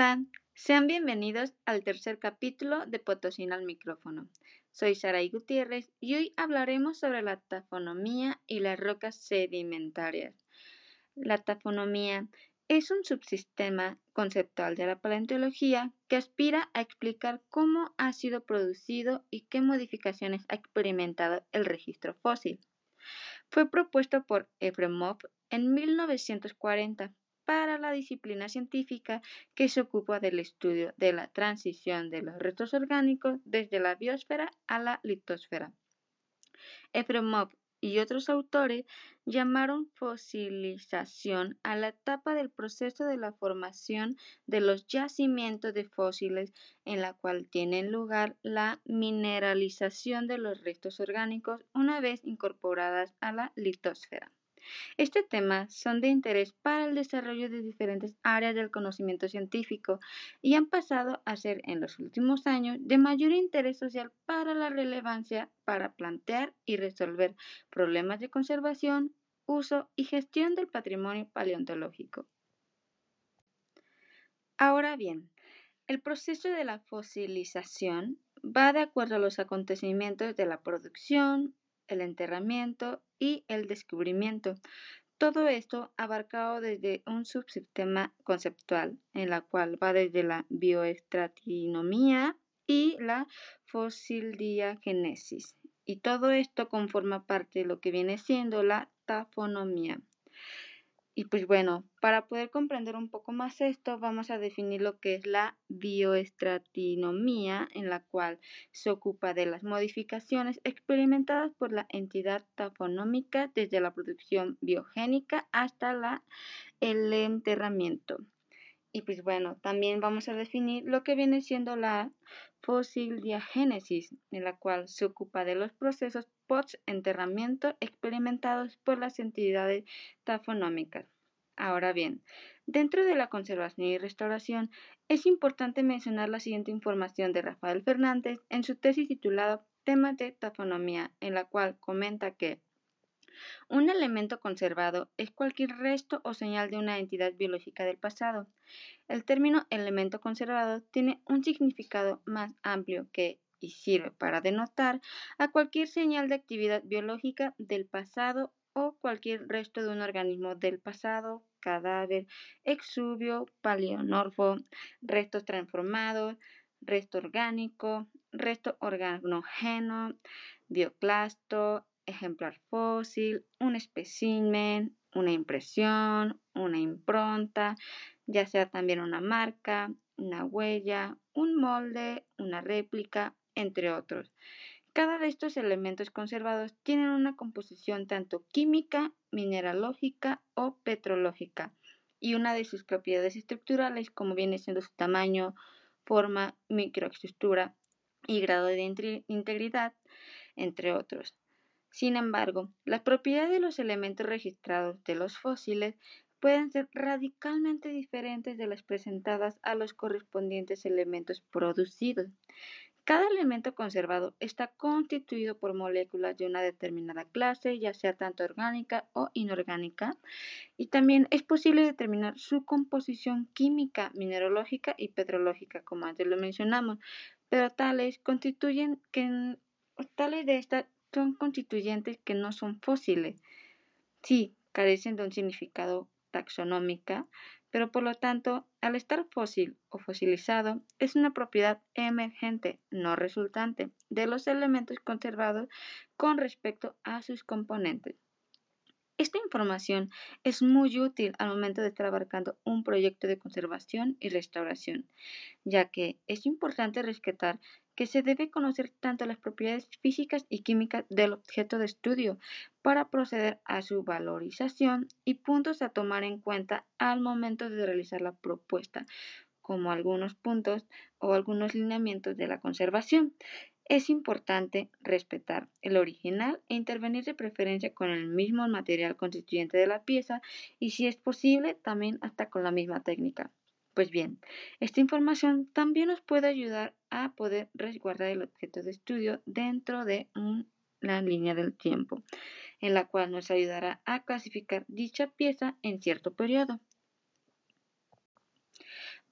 Hola, sean bienvenidos al tercer capítulo de Potosina al micrófono. Soy Saray Gutiérrez y hoy hablaremos sobre la tafonomía y las rocas sedimentarias. La tafonomía es un subsistema conceptual de la paleontología que aspira a explicar cómo ha sido producido y qué modificaciones ha experimentado el registro fósil. Fue propuesto por Efremov en 1940 para la disciplina científica que se ocupa del estudio de la transición de los restos orgánicos desde la biosfera a la litosfera. Efremov y otros autores llamaron fosilización a la etapa del proceso de la formación de los yacimientos de fósiles en la cual tiene lugar la mineralización de los restos orgánicos una vez incorporadas a la litosfera. Este tema son de interés para el desarrollo de diferentes áreas del conocimiento científico y han pasado a ser en los últimos años de mayor interés social para la relevancia para plantear y resolver problemas de conservación, uso y gestión del patrimonio paleontológico. Ahora bien, el proceso de la fosilización va de acuerdo a los acontecimientos de la producción, el enterramiento y el descubrimiento. Todo esto abarcado desde un subsistema conceptual, en la cual va desde la bioestratinomía y la fosildiagénesis. Y todo esto conforma parte de lo que viene siendo la tafonomía. Y pues bueno, para poder comprender un poco más esto, vamos a definir lo que es la bioestratinomía, en la cual se ocupa de las modificaciones experimentadas por la entidad tafonómica desde la producción biogénica hasta el enterramiento. Y pues bueno, también vamos a definir lo que viene siendo la fosildiagénesis, en la cual se ocupa de los procesos post-enterramiento experimentados por las entidades tafonómicas. Ahora bien, dentro de la conservación y restauración, es importante mencionar la siguiente información de Rafael Fernández en su tesis titulada Temas de tafonomía, en la cual comenta que un elemento conservado es cualquier resto o señal de una entidad biológica del pasado. El término elemento conservado tiene un significado más amplio y sirve para denotar a cualquier señal de actividad biológica del pasado o cualquier resto de un organismo del pasado, cadáver, exuvio, paleomorfo, restos transformados, resto orgánico, resto organógeno, bioclasto, ejemplar fósil, un espécimen, una impresión, una impronta, ya sea también una marca, una huella, un molde, una réplica, entre otros. Cada de estos elementos conservados tienen una composición tanto química, mineralógica o petrológica, y una de sus propiedades estructurales, como viene siendo su tamaño, forma, microestructura y grado de integridad, entre otros. Sin embargo, las propiedades de los elementos registrados de los fósiles pueden ser radicalmente diferentes de las presentadas a los correspondientes elementos producidos. Cada elemento conservado está constituido por moléculas de una determinada clase, ya sea tanto orgánica o inorgánica, y también es posible determinar su composición química, mineralógica y petrológica, como antes lo mencionamos, pero tales de estas son constituyentes que no son fósiles. Sí, carecen de un significado taxonómica, pero por lo tanto, al estar fósil o fosilizado, es una propiedad emergente, no resultante, de los elementos conservados con respecto a sus componentes. Esta información es muy útil al momento de estar abarcando un proyecto de conservación y restauración, ya que es importante rescatar que se debe conocer tanto las propiedades físicas y químicas del objeto de estudio para proceder a su valorización y puntos a tomar en cuenta al momento de realizar la propuesta, como algunos puntos o algunos lineamientos de la conservación. Es importante respetar el original e intervenir de preferencia con el mismo material constituyente de la pieza y, si es posible, también hasta con la misma técnica. Pues bien, esta información también nos puede ayudar a poder resguardar el objeto de estudio dentro de una línea del tiempo, en la cual nos ayudará a clasificar dicha pieza en cierto periodo.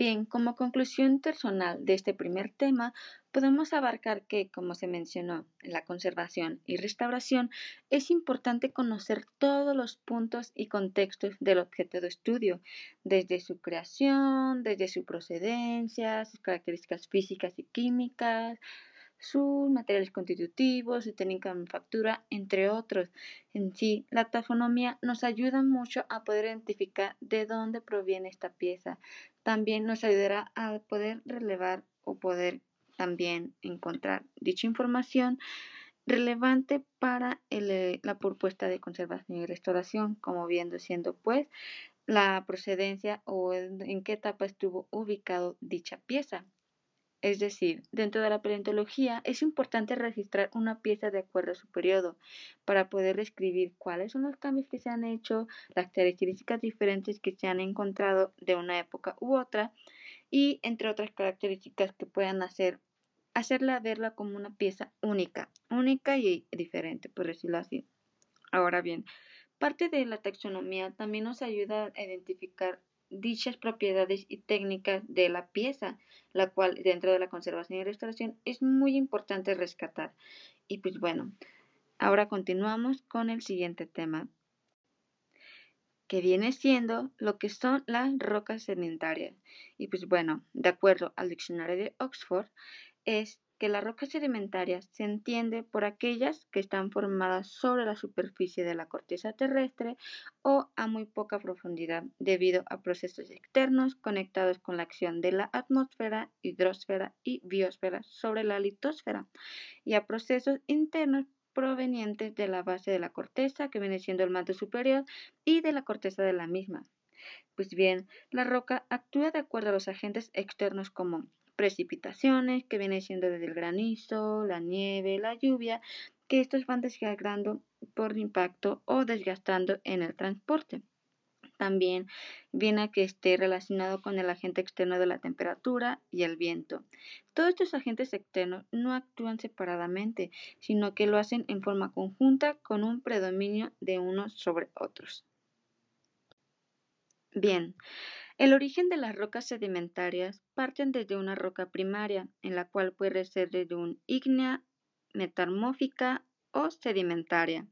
Bien, como conclusión personal de este primer tema, podemos abarcar que, como se mencionó, en la conservación y restauración es importante conocer todos los puntos y contextos del objeto de estudio, desde su creación, desde su procedencia, sus características físicas y químicas, sus materiales constitutivos, su técnica de manufactura, entre otros. En sí, la taxonomía nos ayuda mucho a poder identificar de dónde proviene esta pieza. También nos ayudará a poder relevar o poder también encontrar dicha información relevante para la propuesta de conservación y restauración, como viendo siendo pues la procedencia o en qué etapa estuvo ubicado dicha pieza. Es decir, dentro de la paleontología es importante registrar una pieza de acuerdo a su periodo para poder describir cuáles son los cambios que se han hecho, las características diferentes que se han encontrado de una época u otra y entre otras características que puedan hacerla verla como una pieza única y diferente, por decirlo así. Ahora bien, parte de la taxonomía también nos ayuda a identificar dichas propiedades y técnicas de la pieza, la cual dentro de la conservación y restauración es muy importante rescatar. Y pues bueno, ahora continuamos con el siguiente tema, que viene siendo lo que son las rocas sedimentarias. Y pues bueno, de acuerdo al diccionario de Oxford, es que la roca sedimentaria se entiende por aquellas que están formadas sobre la superficie de la corteza terrestre o a muy poca profundidad debido a procesos externos conectados con la acción de la atmósfera, hidrosfera y biosfera sobre la litosfera y a procesos internos provenientes de la base de la corteza, que viene siendo el manto superior, y de la corteza de la misma. Pues bien, la roca actúa de acuerdo a los agentes externos como precipitaciones, que viene siendo desde el granizo, la nieve, la lluvia, que estos van desgastando por impacto o desgastando en el transporte. También viene a que esté relacionado con el agente externo de la temperatura y el viento. Todos estos agentes externos no actúan separadamente, sino que lo hacen en forma conjunta con un predominio de unos sobre otros. Bien, el origen de las rocas sedimentarias parten desde una roca primaria, en la cual puede ser desde un ígnea, metamórfica o sedimentaria.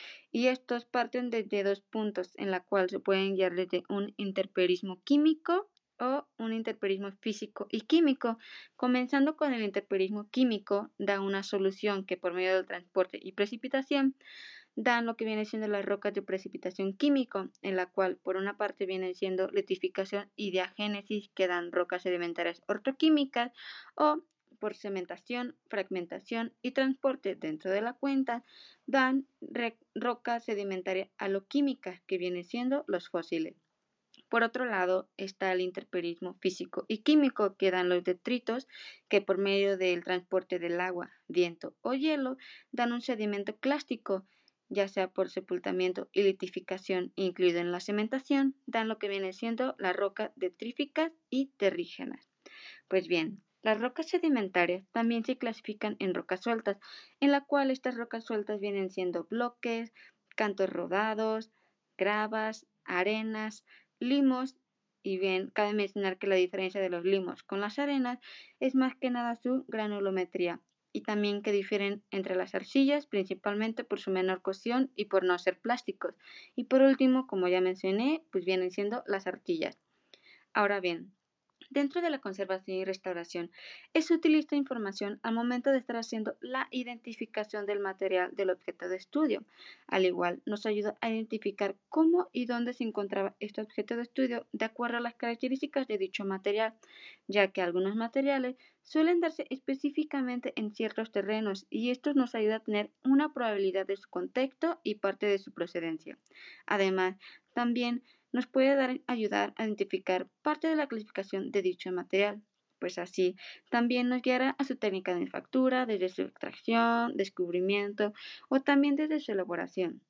Y estos parten desde dos puntos, en la cual se pueden guiar desde un interperismo químico o un interperismo físico y químico. Comenzando con el interperismo químico, da una solución que por medio del transporte y precipitación dan lo que viene siendo las rocas de precipitación químico, en la cual por una parte viene siendo litificación y diagénesis, que dan rocas sedimentarias ortoquímicas, o por cementación, fragmentación y transporte dentro de la cuenca, dan rocas sedimentarias aloquímicas, que vienen siendo los fósiles. Por otro lado está el interperismo físico y químico, que dan los detritos, que por medio del transporte del agua, viento o hielo dan un sedimento clástico, ya sea por sepultamiento y litificación incluido en la cementación, dan lo que viene siendo las rocas detríficas y terrígenas. Pues bien, las rocas sedimentarias también se clasifican en rocas sueltas, en la cual estas rocas sueltas vienen siendo bloques, cantos rodados, gravas, arenas, limos, y bien, cabe mencionar que la diferencia de los limos con las arenas es más que nada su granulometría y también que difieren entre las arcillas principalmente por su menor cocción y por no ser plásticos. Y por último, como ya mencioné, pues vienen siendo las arcillas. Ahora bien, dentro de la conservación y restauración, es útil esta información al momento de estar haciendo la identificación del material del objeto de estudio. Al igual, nos ayuda a identificar cómo y dónde se encontraba este objeto de estudio de acuerdo a las características de dicho material, ya que algunos materiales suelen darse específicamente en ciertos terrenos y estos nos ayuda a tener una probabilidad de su contexto y parte de su procedencia. Además, también nos puede ayudar a identificar parte de la clasificación de dicho material, pues así también nos guiará a su técnica de manufactura, desde su extracción, descubrimiento o también desde su elaboración.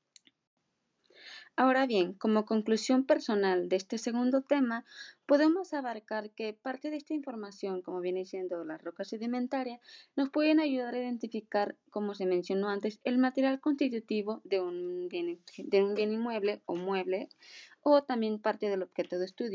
Ahora bien, como conclusión personal de este segundo tema, podemos abarcar que parte de esta información, como viene siendo las rocas sedimentarias, nos pueden ayudar a identificar, como se mencionó antes, el material constitutivo de un bien inmueble o mueble, o también parte del objeto de estudio.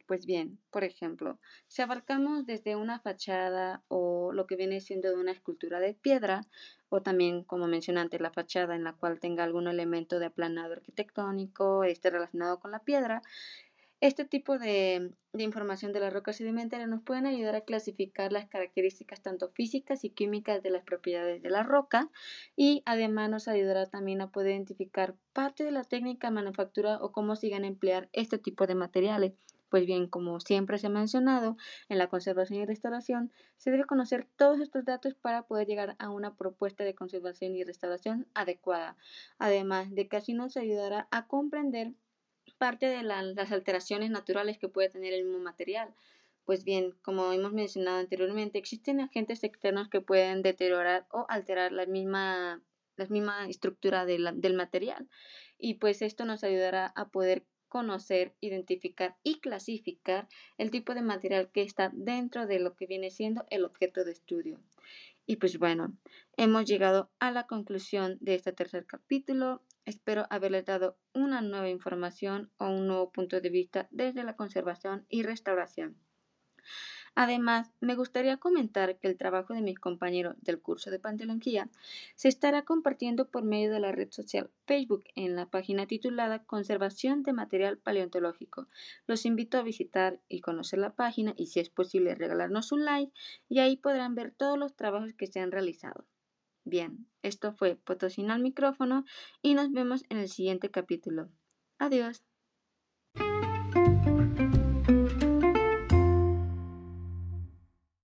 Pues bien, por ejemplo, si abarcamos desde una fachada o lo que viene siendo de una escultura de piedra, o también, como mencioné antes, la fachada en la cual tenga algún elemento de aplanado arquitectónico relacionado con la piedra, este tipo de información de la roca sedimentaria nos pueden ayudar a clasificar las características tanto físicas y químicas de las propiedades de la roca y además nos ayudará también a poder identificar parte de la técnica de manufactura o cómo sigan a emplear este tipo de materiales. Pues bien, como siempre se ha mencionado, en la conservación y restauración se debe conocer todos estos datos para poder llegar a una propuesta de conservación y restauración adecuada, además de que así nos ayudará a comprender parte de las alteraciones naturales que puede tener el mismo material. Pues bien, como hemos mencionado anteriormente, existen agentes externos que pueden deteriorar o alterar la misma estructura del material. Y pues esto nos ayudará a poder conocer, identificar y clasificar el tipo de material que está dentro de lo que viene siendo el objeto de estudio. Y pues bueno, hemos llegado a la conclusión de este tercer capítulo. Espero haberles dado una nueva información o un nuevo punto de vista desde la conservación y restauración. Además, me gustaría comentar que el trabajo de mis compañeros del curso de paleontología se estará compartiendo por medio de la red social Facebook en la página titulada Conservación de Material Paleontológico. Los invito a visitar y conocer la página y si es posible regalarnos un like y ahí podrán ver todos los trabajos que se han realizado. Bien, esto fue Potosino al micrófono y nos vemos en el siguiente capítulo. Adiós.